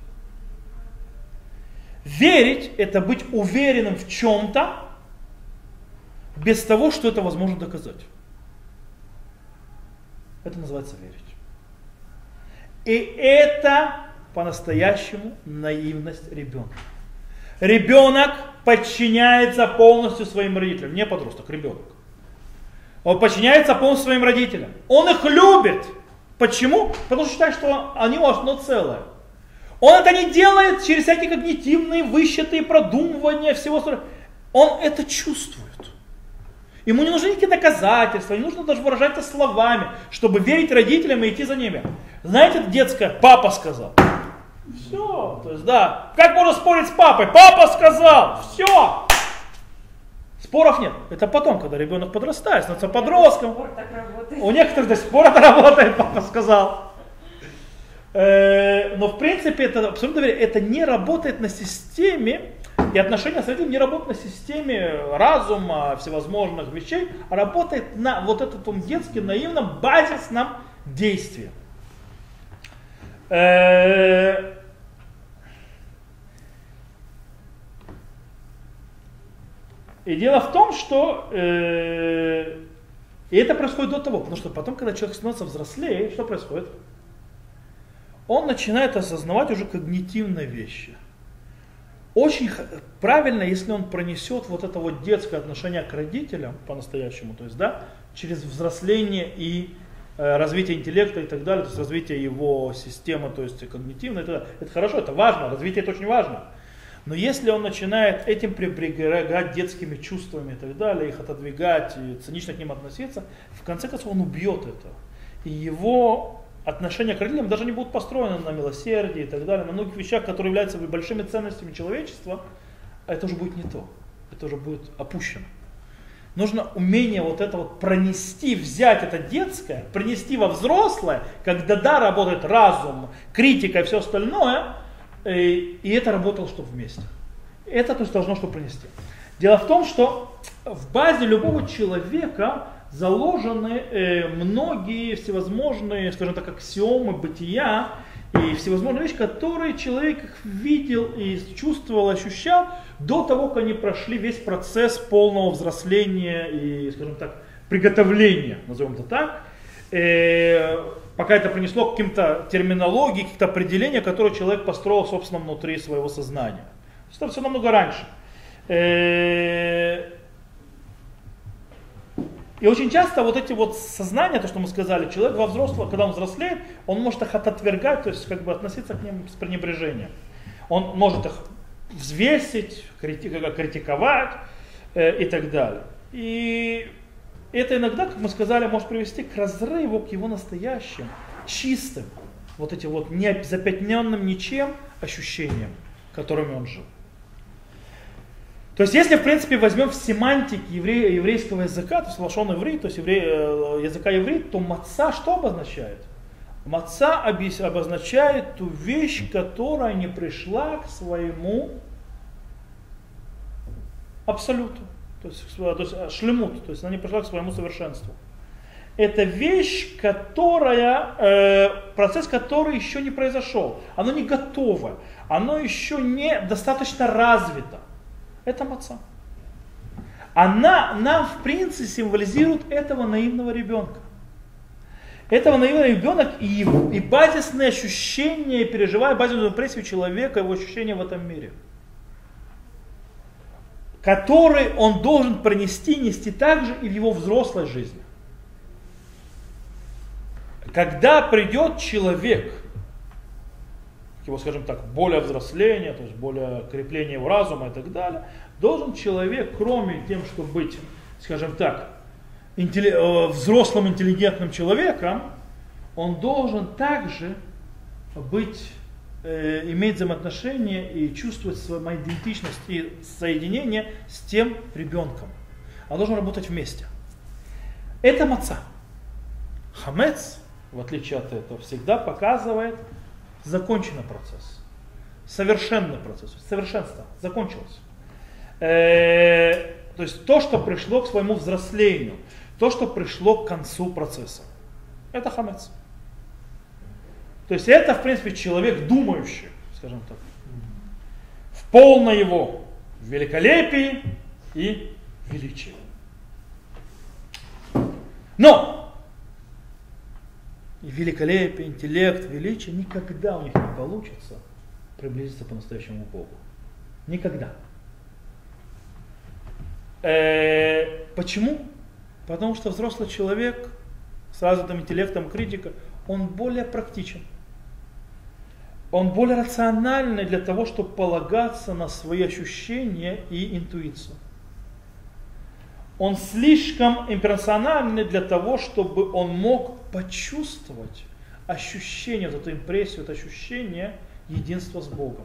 Верить, это быть уверенным в чем-то, без того, что это возможно доказать. Это называется верить. И это по-настоящему наивность ребенка. Ребенок подчиняется полностью своим родителям. Не подросток, ребенок. Он подчиняется полностью своим родителям. Он их любит. Почему? Потому что считает, что они одно целое. Он это не делает через всякие когнитивные, высчеты, продумывания всего остального. Он это чувствует. Ему не нужны никакие доказательства, не нужно даже выражать это словами, чтобы верить родителям и идти за ними. Знаете, детское, папа сказал. Все, то есть да, как можно спорить с папой? Папа сказал, все. Споров нет. Это потом, когда ребенок подрастает, становится подростком. У некоторых до сих пор это работает, папа сказал. Но в принципе это абсолютно верно. Это не работает на системе, и отношения с родителями не работают на системе разума, всевозможных вещей, а работает на вот этом детском, наивном, базисном действии. И дело в том, что э, И это происходит до того, потому что потом, когда человек становится взрослее, что происходит? Он начинает осознавать уже когнитивные вещи. Очень правильно, если он пронесет вот это вот детское отношение к родителям по-настоящему, то есть, да, через взросление и э, развитие интеллекта и так далее, то есть развитие его системы, то есть когнитивной, это, это хорошо, это важно, развитие это очень важно. Но если он начинает этим пренебрегать детскими чувствами и так далее, их отодвигать и цинично к ним относиться, в конце концов он убьет это. И его отношения к родителям даже не будут построены на милосердии и так далее, на многих вещах, которые являются большими ценностями человечества, а это уже будет не то, это уже будет опущено. Нужно умение вот это вот пронести, взять это детское, принести во взрослое, когда да, работает разум, критика и все остальное, и это работало, чтобы вместе. Это то есть должно что принести. Дело в том, что в базе любого человека заложены э, многие всевозможные, скажем так, аксиомы бытия и всевозможные вещи, которые человек видел и чувствовал, ощущал до того, как они прошли весь процесс полного взросления и, скажем так, приготовления, назовем это так, э, пока это принесло к каким-то терминологии, каких-то определениям, которые человек построил, собственно, внутри своего сознания. То есть это все намного раньше. Э, И очень часто вот эти вот сознания, то, что мы сказали, человек во взрослом, когда он взрослеет, он может их отвергать, то есть как бы относиться к ним с пренебрежением. Он может их взвесить, критиковать э, и так далее. И это иногда, как мы сказали, может привести к разрыву, к его настоящим, чистым, вот этим вот не запятненным ничем ощущениям, которыми он жил. То есть, если, в принципе, возьмем в семантике евре, еврейского языка, то есть лашон иврит, то есть евре, языка иврит, то маца что обозначает? Маца обозначает ту вещь, которая не пришла к своему абсолюту, то есть, то есть шлемут, то есть она не пришла к своему совершенству. Это вещь, которая, э, процесс, который еще не произошел, оно не готово, оно еще не достаточно развито. Это маца. Она нам, в принципе, символизирует этого наивного ребенка. Этого наивного ребенка и, его, и базисные ощущения, переживая базисную импрессию человека, его ощущения в этом мире. Который он должен пронести, нести также и в его взрослой жизни. Когда придет человек, его, скажем так, более взросления, то есть более крепления его разума и так далее, должен человек, кроме тем, чтобы быть, скажем так, интелли- взрослым интеллигентным человеком, он должен также быть, э, иметь взаимоотношения и чувствовать свою идентичность и соединение с тем ребенком. Он должен работать вместе. Это маца. Хамец, в отличие от этого, всегда показывает законченный процесс, совершенный процесс, совершенство, закончилось. Э, то есть то, что пришло к своему взрослению, то, что пришло к концу процесса. Это хамец. То есть это, в принципе, человек думающий, скажем так, в полной его великолепии и величии. Но и великолепие, интеллект, величие, никогда у них не получится приблизиться по-настоящему к Богу. Никогда. Э, почему? Потому что взрослый человек с развитым интеллектом, критика, он более практичен. Он более рациональный для того, чтобы полагаться на свои ощущения и интуицию. Он слишком имперсональный для того, чтобы он мог почувствовать ощущение, вот эту импрессию, это ощущение единства с Богом.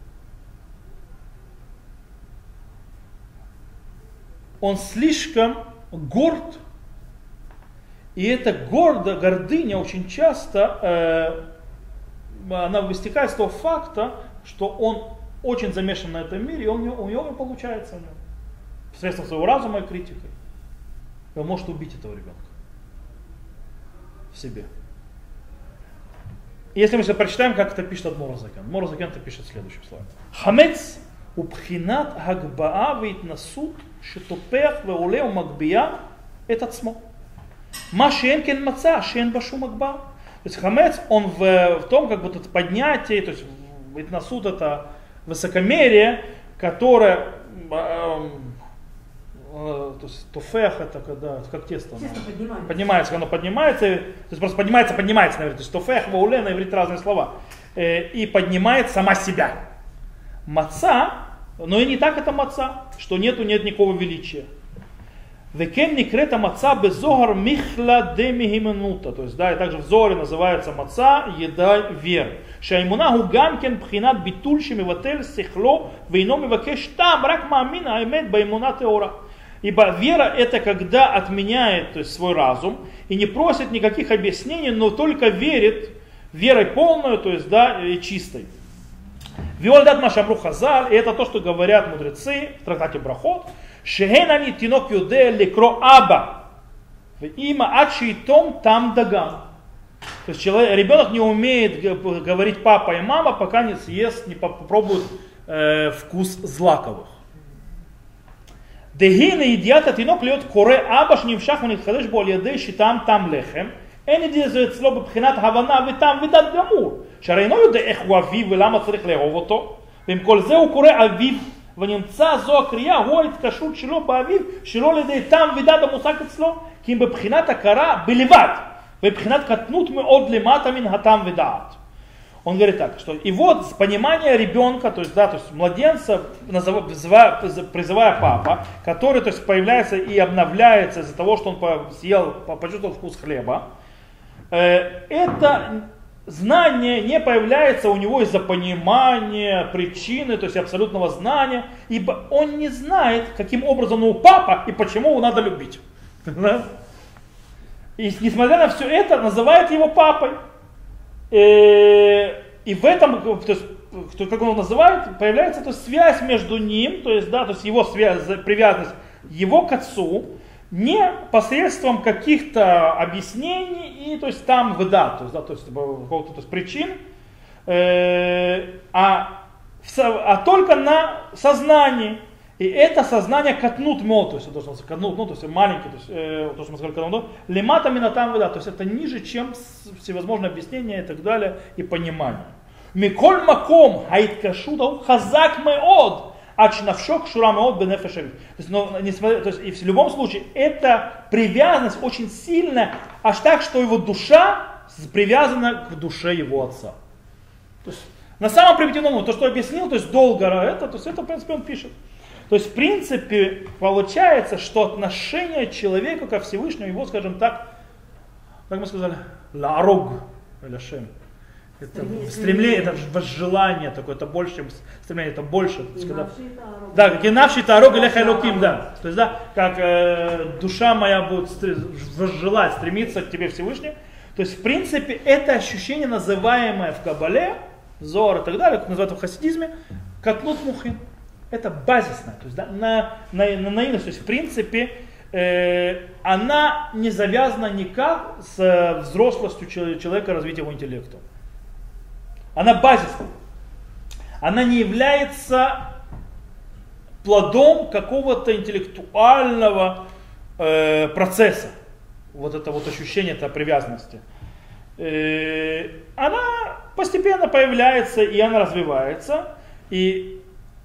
Он слишком горд, и эта гордо, гордыня очень часто, э, она вытекает из того факта, что он очень замешан на этом мире, и он, у него не получается в нем. Посредством своего разума и критикой. И он может убить этого ребенка в себе. И если мы сейчас прочитаем, как это пишет Адмор ха-Закен. Адмор ха-Закен это пишет следующим словом. Хамец убхинат хагбаа вейтнасут шетопех веоле умагбия этот смо. Машенкин маца, шен башу макба. То есть хамец, он в, в том, как бы это поднятие, то есть насуд это высокомерие, которое, э, э, то есть туфех это когда, как тесто, Тесто поднимается. поднимается, оно поднимается, то есть просто поднимается, поднимается, наверное, то есть туфех, вауле, на иврите разные слова, э, и поднимает сама себя. Маца, но и не так это маца, что нету, нет никакого величия. Векен никрета маца безогар михла демихименута. То есть, да, и также в Зоре называется маца, еда веры. Шаймунаху гамкен пхинат битульшими ватель сихло вейном и вакеш там рак маамина аймет баймуна теора. Ибо вера это когда отменяет, то есть, свой разум и не просит никаких объяснений, но только верит верой полную, то есть, да, и чистой. Виольдат машамру хазаль, и это то, что говорят мудрецы в трактате Брахот. Шехенани тинок юде лекро аба. Има ачи том там даган. То есть человек, ребенок не умеет говорить папа и мама, пока не съест, не попробует э, вкус злаковых. Дегина едят тинок льет коре аба шнившах унитхадеш бол ядей шитам там лехем. Эни дизет сло бпхинат хавана витам видат гамур. שהרי יודע איך הוא אביו ולמה צריך לאהוב אותו, ועם כל זה הוא קורא אביו, ונמצא זו הקריאה, הוא ההתקשרות שלו באביו, שלא לידי טעם ודעת המושג אצלו, כי אם בבחינת הכרה בלבד, ובבחינת קטנות מאוד למטה מן הטעם ודעת. Он говорит так, что и вот понимание ребенка, то есть, да, то есть младенца, называя, призывая папа, который, то есть, появляется и обновляется из-за того, что он съел, почувствовал вкус хлеба, это знание не появляется у него из-за понимания, причины, то есть абсолютного знания, ибо он не знает, каким образом он папа и почему его надо любить. И несмотря на все это, называет его папой. И в этом, то есть, как он его называет, появляется то есть, связь между ним, то есть, да, то есть его связь, привязанность его к отцу, не посредством каких-то объяснений и то есть там выда, то есть, да, то есть, какого-то то есть, причин, э, а, а только на сознании. И это сознание катнут мол, то есть это должно катнут, ну, то есть маленький, то есть э, то, что мы сказали, катнут, лимата минатам выда, то есть это ниже, чем всевозможные объяснения и так далее и понимание. Миколь маком хайткашуда хазак меод. Ачнавшок шурамеот бенефешевит. То есть, но, несмотря, то есть, и в любом случае, эта привязанность очень сильная, аж так, что его душа привязана к душе его отца. То есть, на самом примитивном, то, что объяснил, то есть долго это, то есть это, в принципе, он пишет. То есть, в принципе, получается, что отношение человека ко Всевышнему, его, скажем так, как мы сказали, ларог, или шем. Это стремление, это возжелание такое, это больше, чем стремление, это больше. Есть, когда, да, как и навший тарог или хайлуким, да. То есть, да, как э, душа моя будет возжелать, стремиться к тебе Всевышний. То есть, в принципе, это ощущение, называемое в Кабале, Зор и так далее, как называют в хасидизме, катнут мухин. Это базисное, то есть, да, на, на, на наивность. То есть, в принципе, э, она не завязана никак с взрослостью человека, развития его интеллекта. Она базисная. Она не является плодом какого-то интеллектуального э, процесса. Вот это вот ощущение этой привязанности. Э, она постепенно появляется и она развивается. И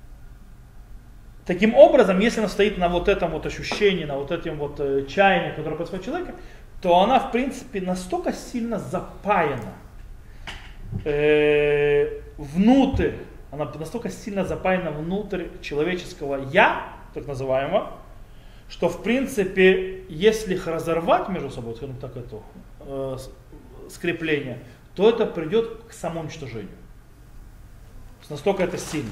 таким образом, если она стоит на вот этом вот ощущении, на вот этом вот э, чаянии, которое происходит в человеке, то она в принципе настолько сильно запаяна внутрь, она настолько сильно запаяна внутрь человеческого «я», так называемого, что в принципе, если их разорвать между собой, скажем так, это э, скрепление, то это придет к самоуничтожению. Настолько это сильно.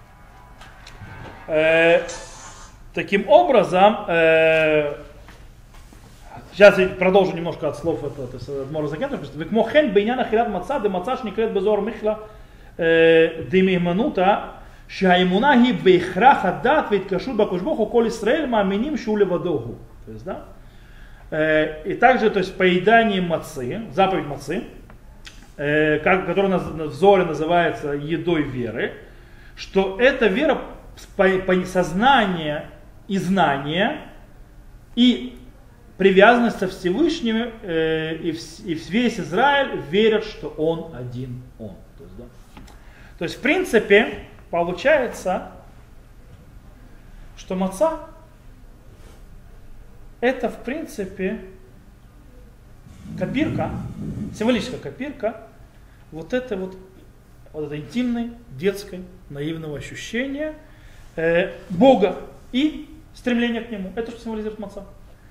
Э, таким образом, э, сейчас я продолжу немножко от слов этого Мора Закента. Векмохен бейнян ахират маца, де маца шникрет безор михла демихманута, שהאמונה היא בהכרח הדת והתקשרות בקדוש ברוך הוא כל ישראל מאמינים שהוא לבדו הוא. То есть, да? И также, то есть, поедание мацы, заповедь мацы, которая в Зоре называется едой веры, что это вера сознания и знания и привязанность со Всевышним, э, и, в, и весь Израиль верят, что он один он. То есть, да. То есть в принципе получается, что маца это в принципе копирка, символическая копирка вот это вот, вот это интимной, детской, наивного ощущения э, Бога и стремление к Нему. Это что символизирует маца.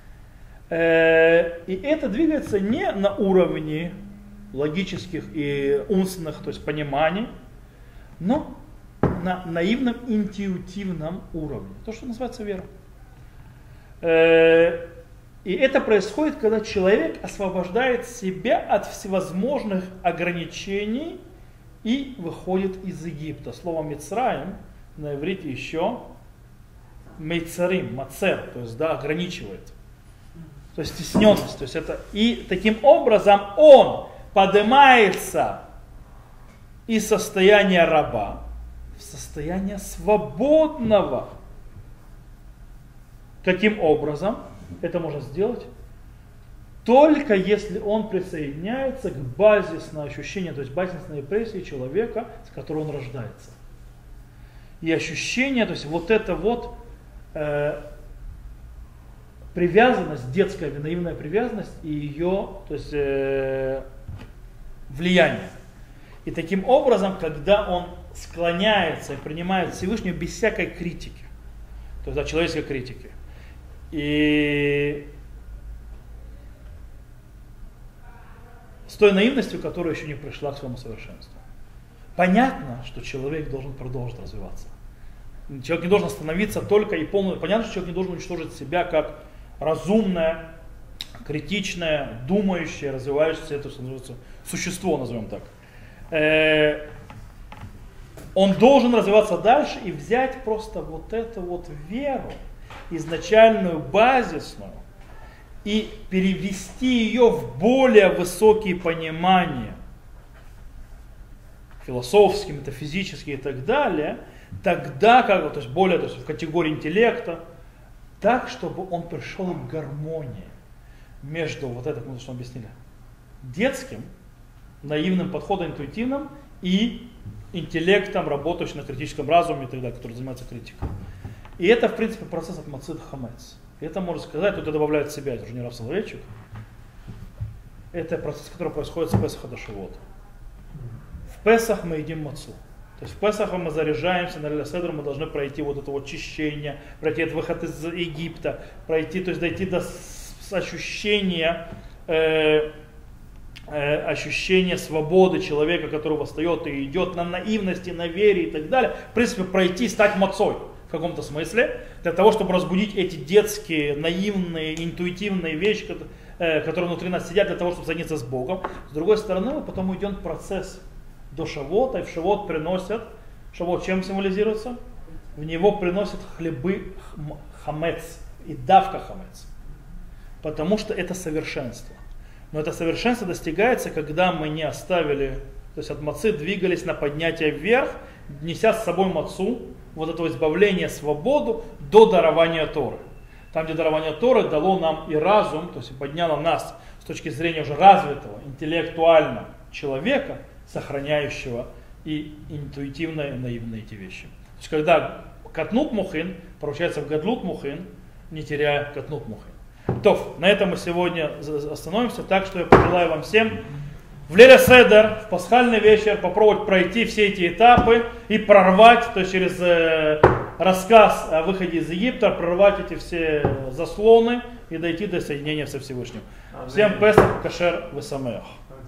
Э, и это двигается не на уровне логических и умственных, то есть пониманий, но на наивном, интуитивном уровне. То, что называется вера. Э, И это происходит, когда человек освобождает себя от всевозможных ограничений и выходит из Египта. Слово Мицраим на иврите еще мейцарим, мацер, то есть да, ограничивает. То есть стесненность. То есть это, и таким образом он поднимается из состояния раба в состояние свободного. Каким образом? Это можно сделать только если он присоединяется к базисному ощущению, то есть базисной импрессии человека, с которой он рождается. И ощущение, то есть вот это вот э, привязанность, детская наивная привязанность и ее, то есть, э, влияние. И таким образом, когда он склоняется и принимает Всевышнего без всякой критики, то есть да, человеческой критики, и с той наивностью, которая еще не пришла к своему совершенству. Понятно, что человек должен продолжить развиваться. Человек не должен остановиться только и полностью. Понятно, что человек не должен уничтожить себя как разумное, критичное, думающее, развивающееся, это, что называется, существо, назовем так. Он должен развиваться дальше и взять просто вот эту вот веру, изначальную, базисную, и перевести ее в более высокие понимания, философские, метафизические и так далее, тогда, как, то есть более то есть в категории интеллекта, так, чтобы он пришел к гармонии между вот это, мы что объяснили, детским, наивным подходом, интуитивным, и интеллектом, работающим на критическом разуме и так далее, который занимается критикой. И это, в принципе, процесс от мацит хамец. И это можно сказать, тут это добавляет себя, это уже не Рав Соловейчик. Это процесс, который происходит с Песаха до Шавуота. В Песах мы едим мацу. То есть в Песах мы заряжаемся на Лейла Седер, мы должны пройти вот это вот чищение, пройти этот выход из Египта, пройти, то есть дойти до ощущения, э, э, ощущения свободы человека, который восстает и идет на наивности, на вере и так далее. В принципе, пройти, стать мацой. В каком-то смысле, для того, чтобы разбудить эти детские, наивные, интуитивные вещи, которые внутри нас сидят, для того, чтобы соединиться с Богом. С другой стороны, мы потом идем процесс до Шавуота, и в Шавуот приносят, Шавуот чем символизируется? В него приносят хлебы хамец и давка хамец, потому что это совершенство. Но это совершенство достигается, когда мы не оставили, то есть от мацы двигались на поднятие вверх, неся с собой мацу, вот этого избавления, свободу до дарования Торы. Там, где дарование Торы дало нам и разум, то есть подняло нас с точки зрения уже развитого, интеллектуального человека, сохраняющего и интуитивно и наивно эти вещи. То есть когда катнут мухин, поручается в гадлут мухин, не теряя катнут мухин. То, на этом мы сегодня остановимся, так что я пожелаю вам всем в Лейла Седер, в пасхальный вечер, попробовать пройти все эти этапы и прорвать, то есть через э, рассказ о выходе из Египта, прорвать эти все заслоны и дойти до соединения со Всевышним. Всем Песах, Кашер, Весамеах.